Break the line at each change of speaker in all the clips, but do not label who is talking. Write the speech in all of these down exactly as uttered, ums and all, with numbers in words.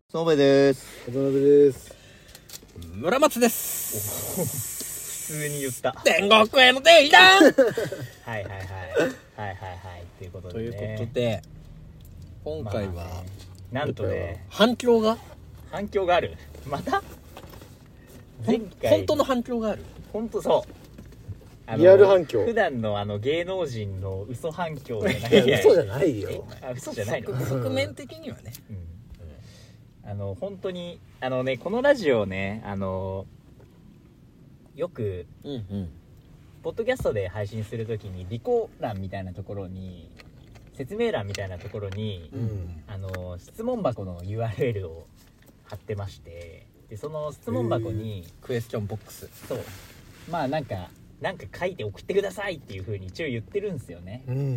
そうべです。
渡辺です。
村松です。
普通に言った。
天国への定義だはいはい
はいはいはいはいということで、ね、
ということで今回は、まあね、
なんとね
反響が
反響がある。また
前回本当の反響がある。
本当そう。あの
リアル反響。
普段のあの芸能人の嘘反響じゃない。
いや嘘じゃないよ。
あ嘘じゃないの。
側面的にはね。うん
あの本当にあのねこのラジオねあのよく、
うんうん、
ポッドキャストで配信するときに備考欄みたいなところに説明欄みたいなところに、うん、あの質問箱の ユーアールエル を貼ってまして、でその質問箱に
クエスチョンボックス
そうまあなんかなんか書いて送ってくださいっていう風に一応言ってるんですよね。
うんうんうん、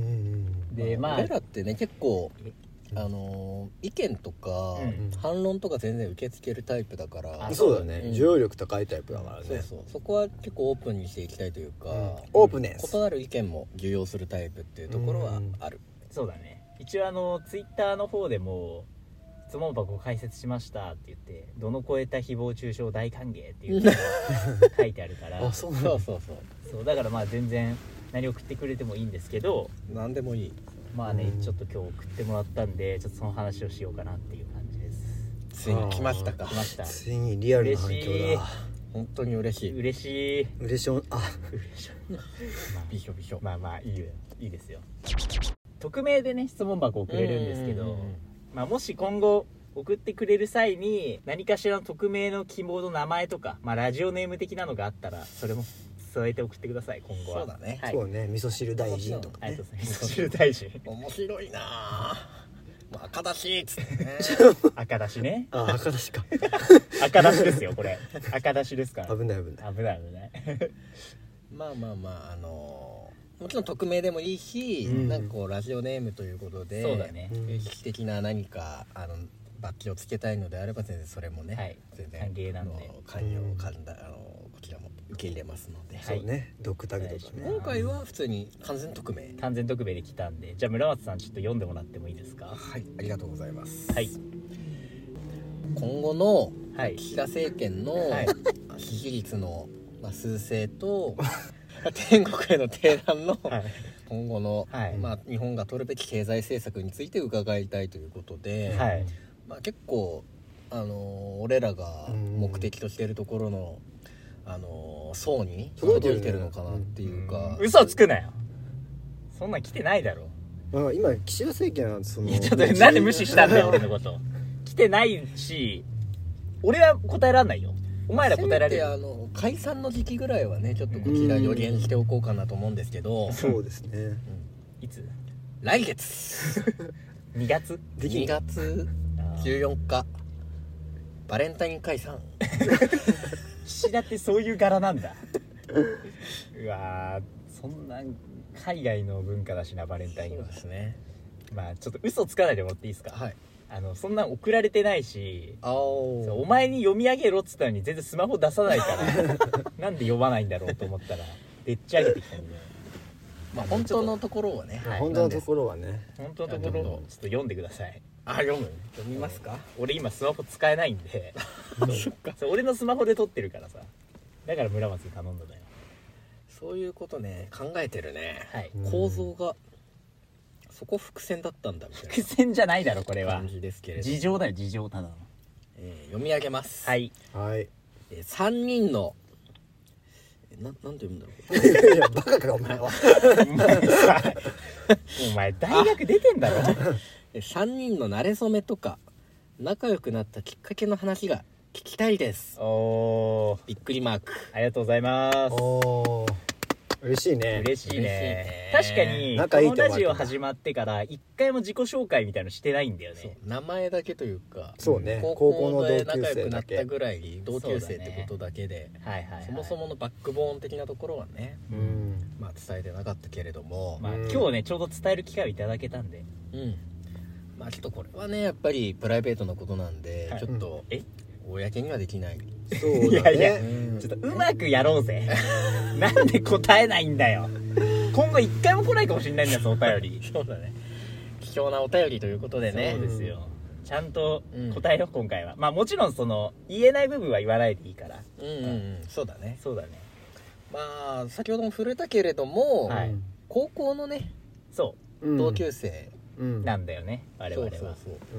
でまあ
俺らってね結構あのー、意見とか、うん、反論とか全然受け付けるタイプだから、
あそうだね、うん、受容力高いタイプだからね。
そうそうそこは結構オープンにしていきたいというか、うん、
オープンネス
異なる意見も受容するタイプっていうところはある、
うん、そうだね。一応あのツイッターの方でも質問箱を開設しましたって言ってどの超えた誹謗中傷大歓迎っていうのが書いてあるから
あそうそうそうそう
そうだからまあ全然何送ってくれてもいいんですけど
何でもいい。
まあね、うん、ちょっと今日送ってもらったんでちょっとその話をしようかなっていう感じです。
ついに来ましたか。
来ました。
ついにリアルな反響だ。
本当に嬉しい
嬉しい
嬉しいあ
嬉しいまあ
びしょびしょ
まあまあいいよいいですよ。匿名でね質問箱送れるんですけど、まあ、もし今後送ってくれる際に何かしらの匿名の希望の名前とか、まあ、ラジオネーム的なのがあったらそれも添えて送ってください今後は。
そうだね、
はい、そうね。味噌汁大臣とかね。
はい、そうですね。味噌汁大臣
面白いなぁ赤だしっつってね
赤だしね。
あ赤だしか
赤だしですよこれ赤だしですから
危ない危ない
危ない危ない
まあまあまああのー、もちろん匿名でもいいし、うん、なんかこうラジオネームということで
そうだね
意識的な何かあのバッジをつけたいのであれば全然それもね、はい、全然
歓迎なんで
寛容寛大あのこちらも受け入れますので、
はい、そうねドッグタグとかね。
今回は普通に完全匿名
完全匿名で来たんでじゃあ村松さんちょっと読んでもらってもいいですか。
はいありがとうございます。
はい
今後の岸田政権の支持率の数勢と天国への提案の今後の、はいまあ、日本が取るべき経済政策について伺いたいということで、
はい
まあ、結構、あのー、俺らが目的としているところの、あのー、層に届いてるのかなっていうか。
うん、嘘つくなよそんなん来てないだろ。
まあ、今岸田政権はその
いやちょっとなんで無視したんだよ俺のこと来てないし俺は答えらんないよ。お前ら答えられる。
あの解散の時期ぐらいはねちょっとこちら予言しておこうかなと思うんですけど。
そうですね、うん、
いつ
来月
にがつ
にがつじゅうよっかバレンタイン解散
岸田ってそういう柄なんだうわそんな海外の文化だしなバレンタインは。
そうですね。
まあちょっと嘘つかないでもらっていいですか。
はい
あのそんなん送られてないし
あお
前に読み上げろっつったのに全然スマホ出さないからなんで読まないんだろうと思ったらでっち上げてきたんで、
まあ、本当のところはね、
はい、本当のところはね
本当のところをちょっと読んでください。
あ読む読みますか。
俺今スマホ使えないんでそっかそう俺のスマホで撮ってるからさだから村松に頼んだんだよ。
そういうことね考えてるね、
はい、
構造がそこ伏線だったんだみたいな
伏線じゃないだろこれは
感じですけれど
事情だよ事情ただの、
えー、読み上げます。
はい、
はい
えー、さんにんのななんて読むんだろういやバカかお前は
お前さお前大学出てんだろ
さんにんの馴れ初めとか仲良くなったきっかけの話が聞きたいです。
おー
びっくりマーク
ありがとうございます。
おー嬉しいね
嬉しいね。確かにこのラジオ始まってから一回も自己紹介みたいのしてないんだよね。
名前だけというか
そうね
高校の同級生だけ仲良くなったぐらい同級生ってことだけで そ,、ねはいはいはい、そもそものバックボーン的なところはね、うんまあ、伝えてなかったけれども、
まあ、今日ねちょうど伝える機会をいただけたんで
うんまあちょっとこれはねやっぱりプライベートなことなんで、はい、ちょっと、うん、え公にはできない。
そうだね、いやいや、
うん、ちょっとうまくやろうぜなんで答えないんだよ今後一回も来ないかもしれないんだぞお便り
そうだね貴重なお便りということでね。
そうですよちゃんと答えよ、うん、今回は。まあもちろんその言えない部分は言わないでいいから。
うんうんうん、そうだね。
そうだね。
まあ先ほども触れたけれども、はい、高校のね、
そ
う同級生、
うん、なんだよね。我々は。
そうそうそう。うん、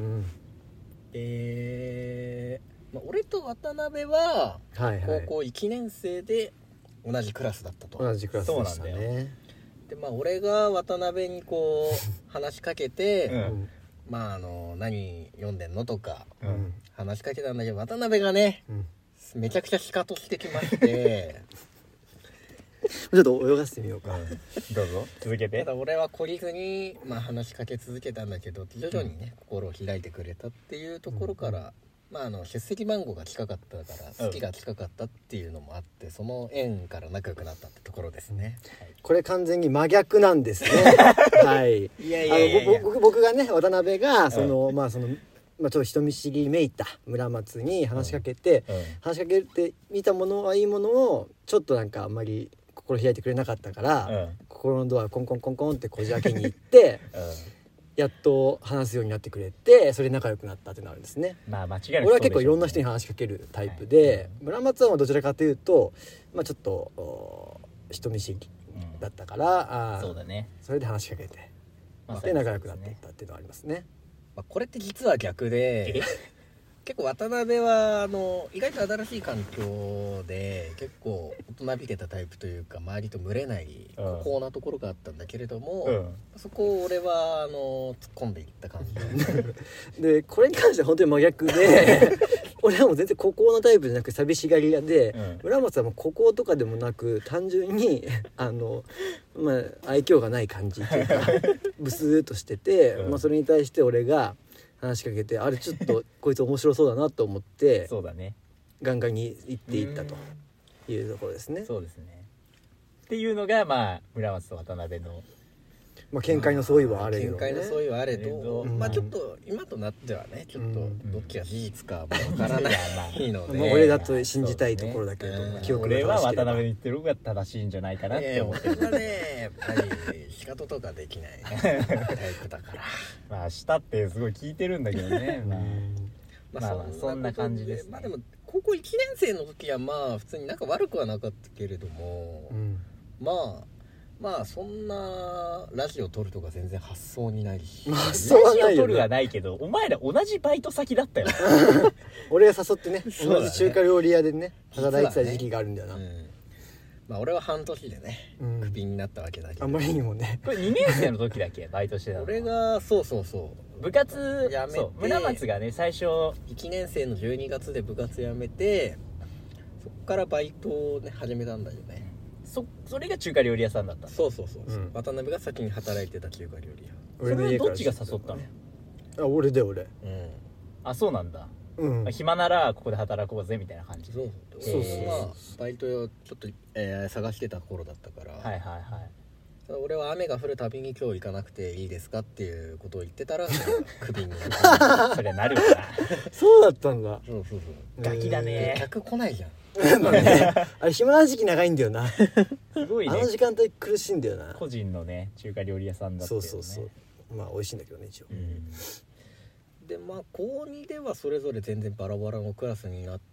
で、まあ、俺と渡辺は高校いちねん生で同じクラスだったと。
同じクラスでしたね。そうなんだよ。
でまあ俺が渡辺にこう話しかけて、うん、まああの何読んでんのとか、うん、話しかけたんだけど渡辺がね、うん、めちゃくちゃシカトしてきまして
ちょっと泳がせてみようか、うん、
どうぞ続けて。
ただ俺は懲りずに、まあ、話しかけ続けたんだけど徐々にね、うん、心を開いてくれたっていうところから、うんまあ、あの出席番号が近かったから好きが近かったっていうのもあって、うん、その縁から仲良くなったってところですね、
はい、これ完全に真逆なんですねはい
いやいやいやいや
あの僕、僕がね渡辺がその、うん、まあそのまあ、ちょっと人見知りめいた村松に話しかけて、うんうん、話しかけてみたものはいいものをちょっとなんかあんまり心開いてくれなかったから、うん、心のドアコンコンコンコンってこじ開けに行って、うんやっと話すようになってくれてそれで仲良くなったってなるんですね。
まあ間違いなく
俺は結構いろんな人に話しかけるタイプで、はい、村松はどちらかというと、まあ、ちょっと人見知りだったから、うん、あ
そうだね、
それで話しかけて、まあ、で仲良くなっていったっていうのはありますね。
まあ、これって実は逆で結構渡辺はあの意外と新しい環境で結構大人びてたタイプというか周りと群れない孤高なところがあったんだけれども、うん、そこを俺はあの突っ込んでいった感
じでこれに関しては本当に真逆で俺はもう全然孤高なタイプじゃなく寂しがり屋で、うん、村松はもう孤高とかでもなく単純にあの、まあ、愛嬌がない感じというかブスーっとしてて、うんまあ、それに対して俺が話しかけてあれちょっとこいつ面白そうだなと思って
そうだね
ガンガンに行っていったというところですね。
そうですねっていうのがまあ村松と渡辺の
まあ見解の相違はあれど、
ね、見解の相違はあれど、まあちょっと今となってはねちょっとどっちが事実かわからないので、
まあ俺だと信じたいところだけど、ね、
記憶が正しければ俺は渡辺に言ってる方が正しいんじゃないかなって思ってる。
俺はねやっぱり仕方とかできないタイプだから
まあしたってすごい聞いてるんだけどねまあまあまあそんな感じですね。
まあでも高校いちねん生の時はまあ普通に仲悪くはなかったけれども、うん、まあまあそんなラジオ撮るとか全然発想にないし、まあ、
ラジオ撮るはないけどお前ら同じバイト先だったよ
俺が誘ってね同じ中華料理屋でね働いてた時期があるんだよな、ねうん
まあ、俺は半年でね、うん、クビになったわけだけど
あんまりにもね
これにねん生の時だっけバイトしてたの
俺がそうそうそう
部活やめて村松がね最初
いちねん生のじゅうにがつで部活やめてそっからバイトをね始めたんだよね。
そ, それが中華料理屋さんだったの。
そうそうそう、うん、渡辺が先に働いてた中華料理屋。
それはどっちが誘ったの？
あ俺で俺、うん、
あそうなんだ、うん、暇ならここで働こうぜみたいな感じ。
そうそうそう、まあ、バイトをちょっと、えー、探してた頃だったから、
はいはいはい、
俺は雨が降るたびに今日行かなくていいですかっていうことを言ってたらクビになった
それなるわな
そうだったんだ。
そうそうそう
ガキだね。
客来ないじゃん
ね、あれ暇な時期長いんだよなす
ごいね。
あの時間帯苦しいんだよな。
個人のね中華料理屋さんだったよね。
そうそうそうまあ美味しいんだけどね一応、うん、
でまあ高にではそれぞれ全然バラバラのクラスになって、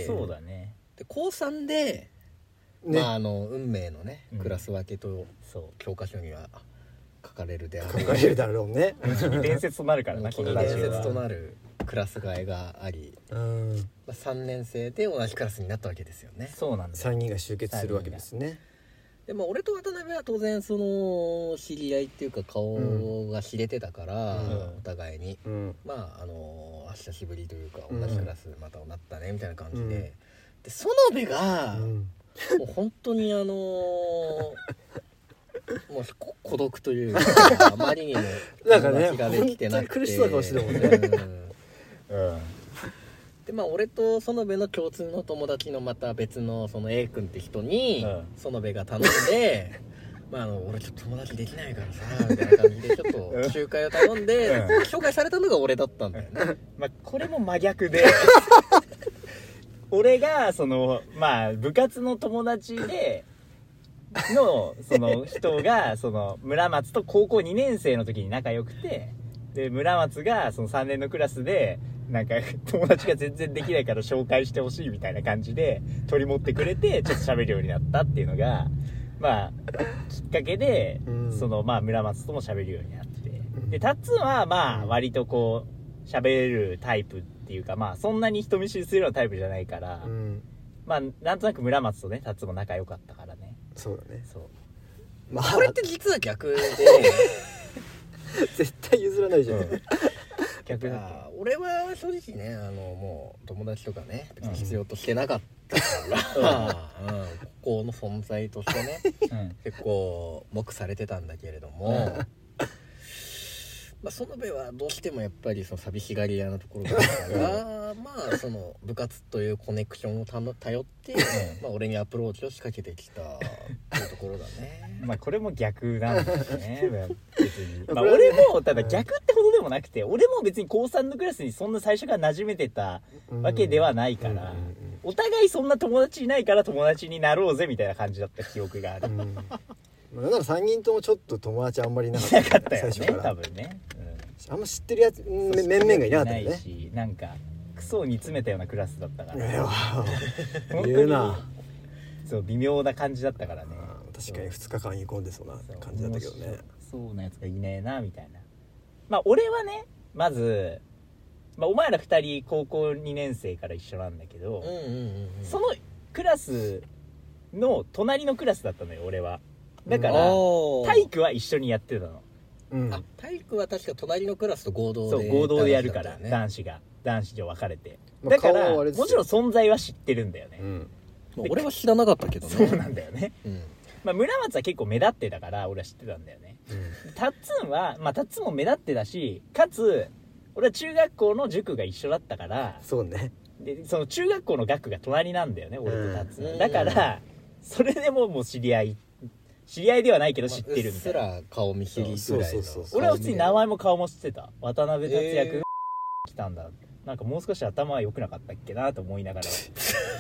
そうだね。
で高さんで、ね、まああの運命のね、うん、クラス分けと教科書には書かれるであろう
書かれるだろうね
伝説となるからな
このラジオは伝説となるクラス替えがあり、うんまあ、さんねん生で同じクラスになったわけですよね。
そうなんだ。
さんにんが集結するわけですね。
でも俺と渡辺は当然その知り合いっていうか顔が知れてたから、うん、お互いに、うん、まああの久しぶりというか同じクラスまたなったねみたいな感じで、うん、で園部が、うん、もう本当にあのー、もう孤独というかあまりにも
なんかね
ができてなくて
苦しそうな顔してるもんね、
うんうん、でまあ俺と園部の共通の友達のまた別のその A 君って人に園部が頼んでまあ、あの俺ちょっと友達できないからさみたいな感じでちょっと仲介を頼んで、うん、紹介されたのが俺だったんだよね
まあこれも真逆で俺がそのまあ部活の友達でのその人がその村松と高校にねん生の時に仲良くてで村松がそのさんねんのクラスでなんか友達が全然できないから紹介してほしいみたいな感じで取り持ってくれてちょっと喋るようになったっていうのがまあきっかけで、うん、そのまあ村松とも喋るようになって、でタッツンはまあ割とこう喋れるタイプっていうか、まあそんなに人見知りするようなタイプじゃないから、うん、まあなんとなく村松とねタッツンも仲良かったからね。
そうだね。
そう、
まあ、これって実は逆で
絶対譲らないじゃん、うん、
逆だ。俺は正直ね、あのもう友達とかね別に必要としてなかったから、うんうん、ここの存在としてね、うん、結構目されてたんだけれども、うんまあ、園部はどうしてもやっぱりその寂しがり屋なところがあるからまあその部活というコネクションをたの頼って、まあ、俺にアプローチを仕掛けてきたっていうところだね。まあ
これも逆なんですね別に、まあ、俺もただ逆ってほどでもなくて、俺も別に高さんのクラスにそんな最初から馴染めてたわけではないから、お互いそんな友達いないから友達になろうぜみたいな感じだった記憶がある。うん
だからさんにんともちょっと友達あんまりなかった、
なかったよね多分ね、
うん、あんま知ってるやつ面々がいなかったよね。
しなんかクソ煮詰めたようなクラスだったから、
いや
本当に言うな。そう微妙な感じだったからね。
確かにふつかかん煮込んでそうな感じだったけどね。
そうなやつがいねえなみたいな。まあ俺はねまず、まあ、お前らふたり高校にねん生から一緒なんだけど、うんうんうんうん、そのクラスの隣のクラスだったのよ俺は。だから体育は一緒にやってたの、
うん、あ体育は確か隣のクラスと合同で
そう合同でやるから、ね、男子が男子で分かれて、だからもちろん存在は知ってるんだよね、うん
まあ、俺は知らなかったけどね。
そうなんだよね、うんまあ、村松は結構目立ってたから俺は知ってたんだよね、うん、タッツンはまあタッツンも目立ってたし、かつ俺は中学校の塾が一緒だったから、
そうね、
でその中学校の学が隣なんだよね俺とタッツン、うん、だからそれでももう知り合い知り合いではないけど知ってるみたいな、まあ、
うっすら顔見知りぐらいの。
俺は普通に名前も顔も知ってた。渡辺達也くん、えー、来たんだ。なんかもう少し頭は良くなかったっけなと思いながらそ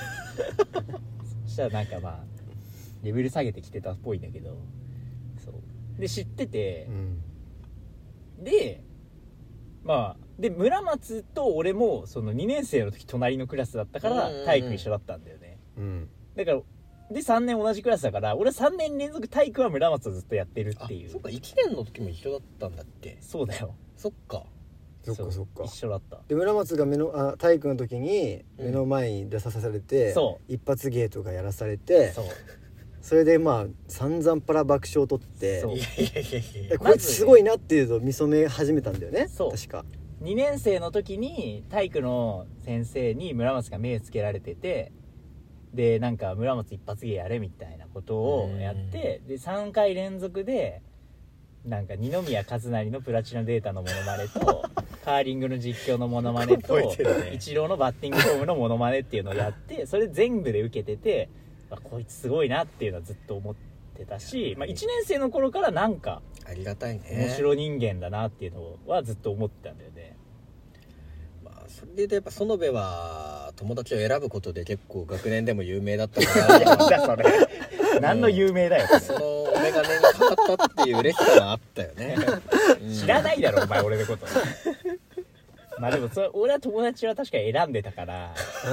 したらなんかまあレベル下げてきてたっぽいんだけど、そうで知ってて、うん、でまあで村松と俺もそのにねん生の時隣のクラスだったから体育一緒だったんだよね、うん、だからでさんねん同じクラスだから俺さんねん連続体育は村松をずっとやってるっていう。
あ、そっかいちねんの時も一緒だったんだっけ。
そうだよ。
そっか
そっかそっか
一緒だった。
で村松が目のあ体育の時に目の前に出さされて、うん、一発芸とかやらされて、そうそれでまあ散々パラ爆笑を取って、そういやいやいやこいつすごいなっていうのを見初め始めたんだよね。そう確か
にねん生の時に体育の先生に村松が目つけられてて、でなんか村松一発芸やれみたいなことをやって、でさんかい連続でなんか二宮和也のプラチナデータのモノマネとカーリングの実況のモノマネとイチローのバッティングフォームのモノマネっていうのをやって、それ全部で受けてて、あこいつすごいなっていうのはずっと思ってたし、まあ、いちねん生の頃からなんか
ありがたいね
面白人間だなっていうのはずっと思ってたんだよね。
それでやっぱ園部は友達を選ぶことで結構学年でも有名だったから
なんだそれ何の有名だよ、
そのお眼鏡にかかったっていう嬉しさがあったよね、
うん、知らないだろお前俺のことまあでもそれ俺は友達は確かに選んでたから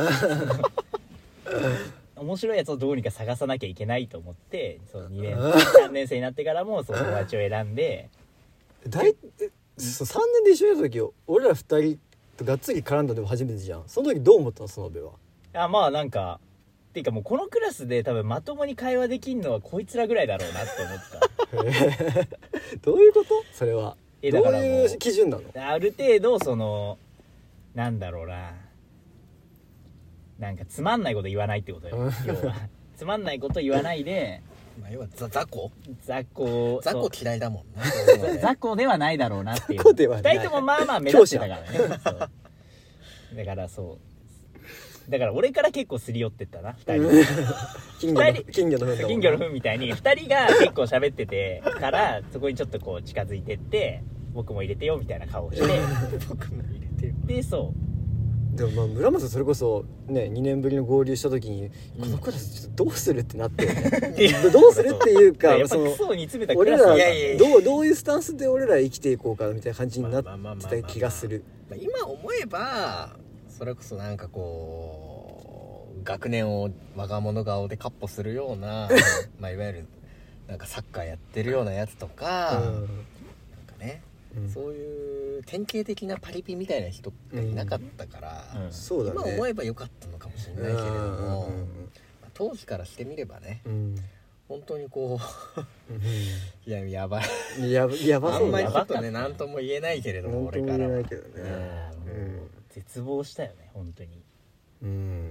面白いやつをどうにか探さなきゃいけないと思って、そのにねんさんねん生になってからもその友達を選んで
だいそうさんねんで一緒にいた時俺らふたりがっつり絡んだでも初めてじゃん。その時どう思ったの園部は。
あまあなんかっていうかもうこのクラスで多分まともに会話できんのはこいつらぐらいだろうなって思った
どういうことそれは。えだからどういう基準なの。
ある程度そのなんだろうな、なんかつまんないこと言わないってことよ要はつまんないこと言わないで
まあ、要は雑魚
雑魚
雑魚嫌いだもん
な雑魚ではないだろうなっていう。ふたりともまあまあ目立ってたからねそうだからそうだから俺から結構すり寄ってったなふたり
金魚の金魚の
糞金魚の糞みたいにふたりが結構喋っててからそこにちょっとこう近づいてって僕も入れてよみたいな顔をして僕も入れてよでそ
でもまあ村松それこそねにねんぶりの合流した時に、うん、このクラスちょっとどうするってなって、ね、どうするっていうかその俺らどうどういうスタンスで俺ら生きていこうかみたいな感じになってた気がする。
今思えばそれこそなんかこう学年を我が物顔でカッポするようなまあいわゆるなんかサッカーやってるようなやつとか、うん、なんかね、うん、そういう典型的なパリピみたいな人がいなかったから、
うんうん、そうだね、
今思えばよかったのかもしれないけれども、うん、当時からしてみればね、うん、本当にこういややばい
ややばそう
あんまりちょっとね何とも言えないけれども俺からは言えないけどね、
うん、絶望したよね本当に、うん、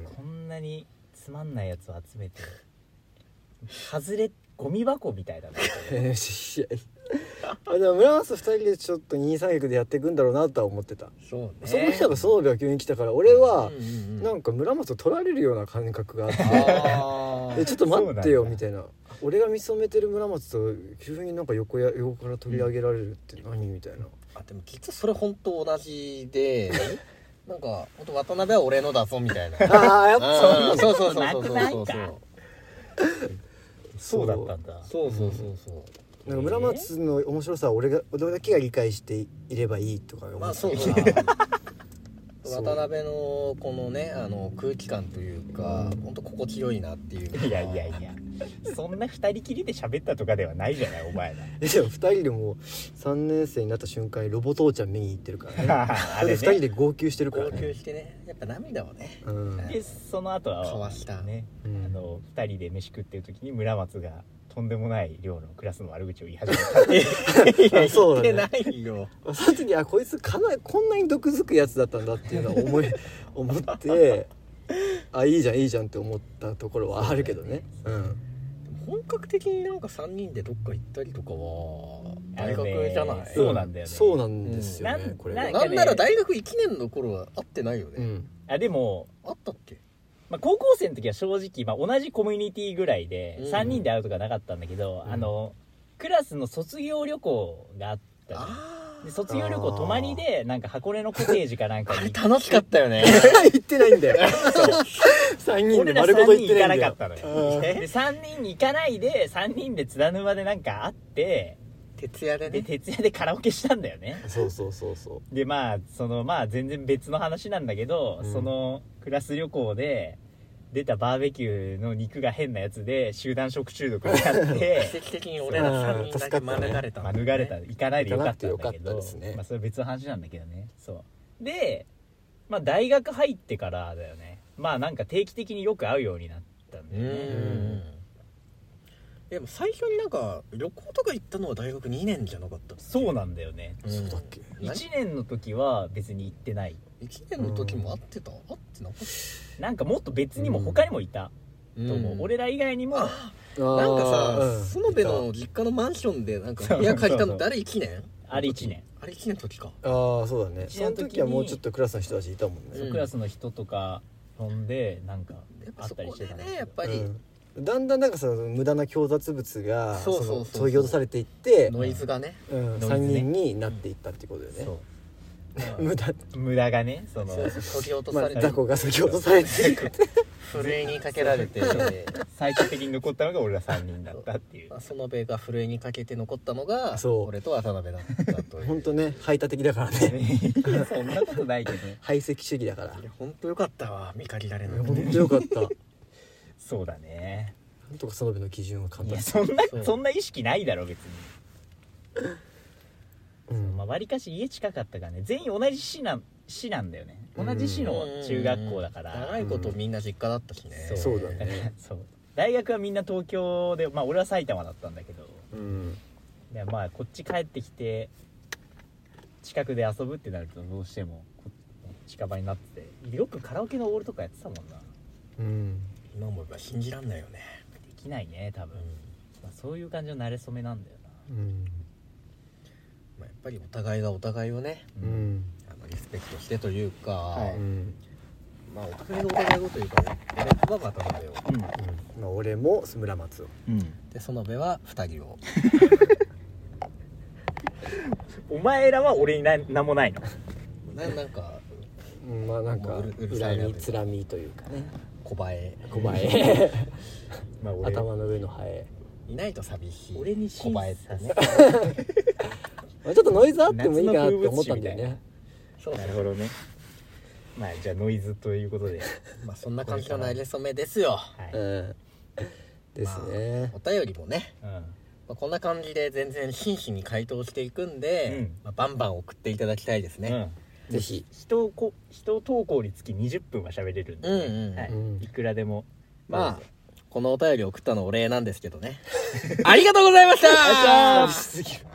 こんなにつまんないやつを集めて外れゴミ箱みたいだな
あでも村松ふたりでちょっと二三役でやっていくんだろうなとは思ってた。
そうね、
その人が園部が急に来たから俺はなんか村松を取られるような感覚があってあえちょっと待ってよみたいな、俺が見初めてる村松と急になんか横や横から取り上げられるって何みたいな。
あでも実はそれ本当同じでなんか本当渡辺は俺のだぞみたいな
ああやっぱ
そうそうそうそうそうそう
そうだったんだ。
そうそうそうそう。
なんか村松の面白さは俺が俺だけが理解していればいいとか思って。
まあそうだ。渡辺のこのねあの空気感というか、うん、本当心地よいなっていう。
いやいやいや。そんな二人きりで喋ったとかではないじゃないお前ら。
えでも二人でも三年生になった瞬間にロボ父ちゃん見に行ってるからね。あれ二人で号泣してるからね。
号泣してね。やっぱ涙をね。
うん、でその後は
かわした
ね、うん、あの二人で飯食ってる時に村松がとんでもない量のクラスの悪口を言い始めたっていや
そうだね、
言ってないよ。
その時あこいつかなりこんなに毒づくやつだったんだっていうのは思い思ってあいいじゃんいいじゃんって思ったところはあるけどね。うん。
本格的になんかさんにんでどっか行ったりとかは大学じゃない、ね、
そうなんだよね。
そうなんですよね、うん、これ
な, なんなら大学いちねんの頃は会ってないよね、うん、
あでも
あったっけ、
まあ、高校生の時は正直、まあ、同じコミュニティぐらいでさんにんで会うとかなかったんだけど、うん、あのクラスの卒業旅行があったりで卒業旅行泊まりでなんか箱根のコテージかなんかに
あれ楽しかったよね
行ってないんだよさんにんで丸ごと行ってないんだよ。
俺らさんにん行かなかったのよでさんにんに行かないでさんにんで津田沼でなんか会って
徹夜でね
で徹夜でカラオケしたんだよね。
そうそうそうそう
でまあそのまあ全然別の話なんだけど、うん、そのクラス旅行で出たバーベキューの肉が変なやつで集団食中毒になって
奇跡的に俺らさんにんだけ免れた、
ね、免れた行かないでよかったんだけど、
ね、
まあそれは別の話なんだけどね。そうでまあ大学入ってからだよね。まあなんか定期的によく会うようになったんだよね。うん
でも最初になんか旅行とか行ったのは大学にねんじゃなかったっけ。
そうなんだよね、
うん、そうだっけ。
いちねんの時は別に行ってない。
いちねんの時も会ってた、うん、会ってなかった。
なんかもっと別にも他にもいた、うん、と思う、うん、俺ら以外にもなんか
さ園部の実家のマンションでなんか部屋借りたのってあれいちねん
あれいちねん
あれいちねんの時か。
ああそうだね。その時はもうちょっとクラスの人たちいたもんね、
うん、クラスの人とか飲んでなんかあったりしてた
ねやっぱり、うん
だんだんなんかその無駄な強雑物が削ぎ落とされていって
ノイズがね、
うん、さんにんになっていったってことだよね、
うん、無駄無駄がねその
削ぎ落とされて、
まあ、雑魚が削ぎ落とされていく
ふるいにかけられて
最終的に残ったのが俺らさんにんだったっていう
園部がふるいにかけて残ったのが俺と渡辺だったという
本当ね排他的だからね
そんなことないけど
排斥主義だから
本当よかったわ見限られない
本当よかった
そうだね。
なんとか園部の基準は簡単。
いやそんなそんな意識ないだろ別に。うん、まあ割かし家近かったからね。全員同じ市なん市なんだよね。同じ市の中学校だから。
長いことみんな実家だったしね。
うん、そうだね。
そう。大学はみんな東京で、まあ俺は埼玉だったんだけど。
うん。
でまあこっち帰ってきて近くで遊ぶってなるとどうしても近場になってて、よくカラオケのオールとかやってたもんな。
うん。
今思えば信じらんないよね。
できないね多分、うんまあ、そういう感じの慣れ初めなんだよな、
うん
まあ、やっぱりお互いがお互いをね、
うん、
あのリスペクトしてというか、
はいうん
まあ、お互いがお互いをというかね俺は渡辺を、
うんうんまあ、俺も村松を、
うん、
で園部はふたりを
お前らは俺にな何もないの
な, なんか
まあなんか恨みつらみというかね、
小バエ
小バエ
まあ
頭の上のハエ
いないと寂しい。
俺に
小バエってね
ちょっとノイズあってもいいかなって思ったんだよね。
そうなるほどね。まあじゃあノイズということで
まあそんな感じの馴れ初めですよ。
はい、
うんですね、
まあ、お便りもね、
うん、
まあ、こんな感じで全然真摯に回答していくんで、うん、まあ、バンバン送っていただきたいですね、
うん、ぜひ
人こ人投稿につきにじゅっぷんは喋れるんで、ね、うんうん、はい、いくらでも
まあこのお便り送ったのお礼なんですけどねありがとうございました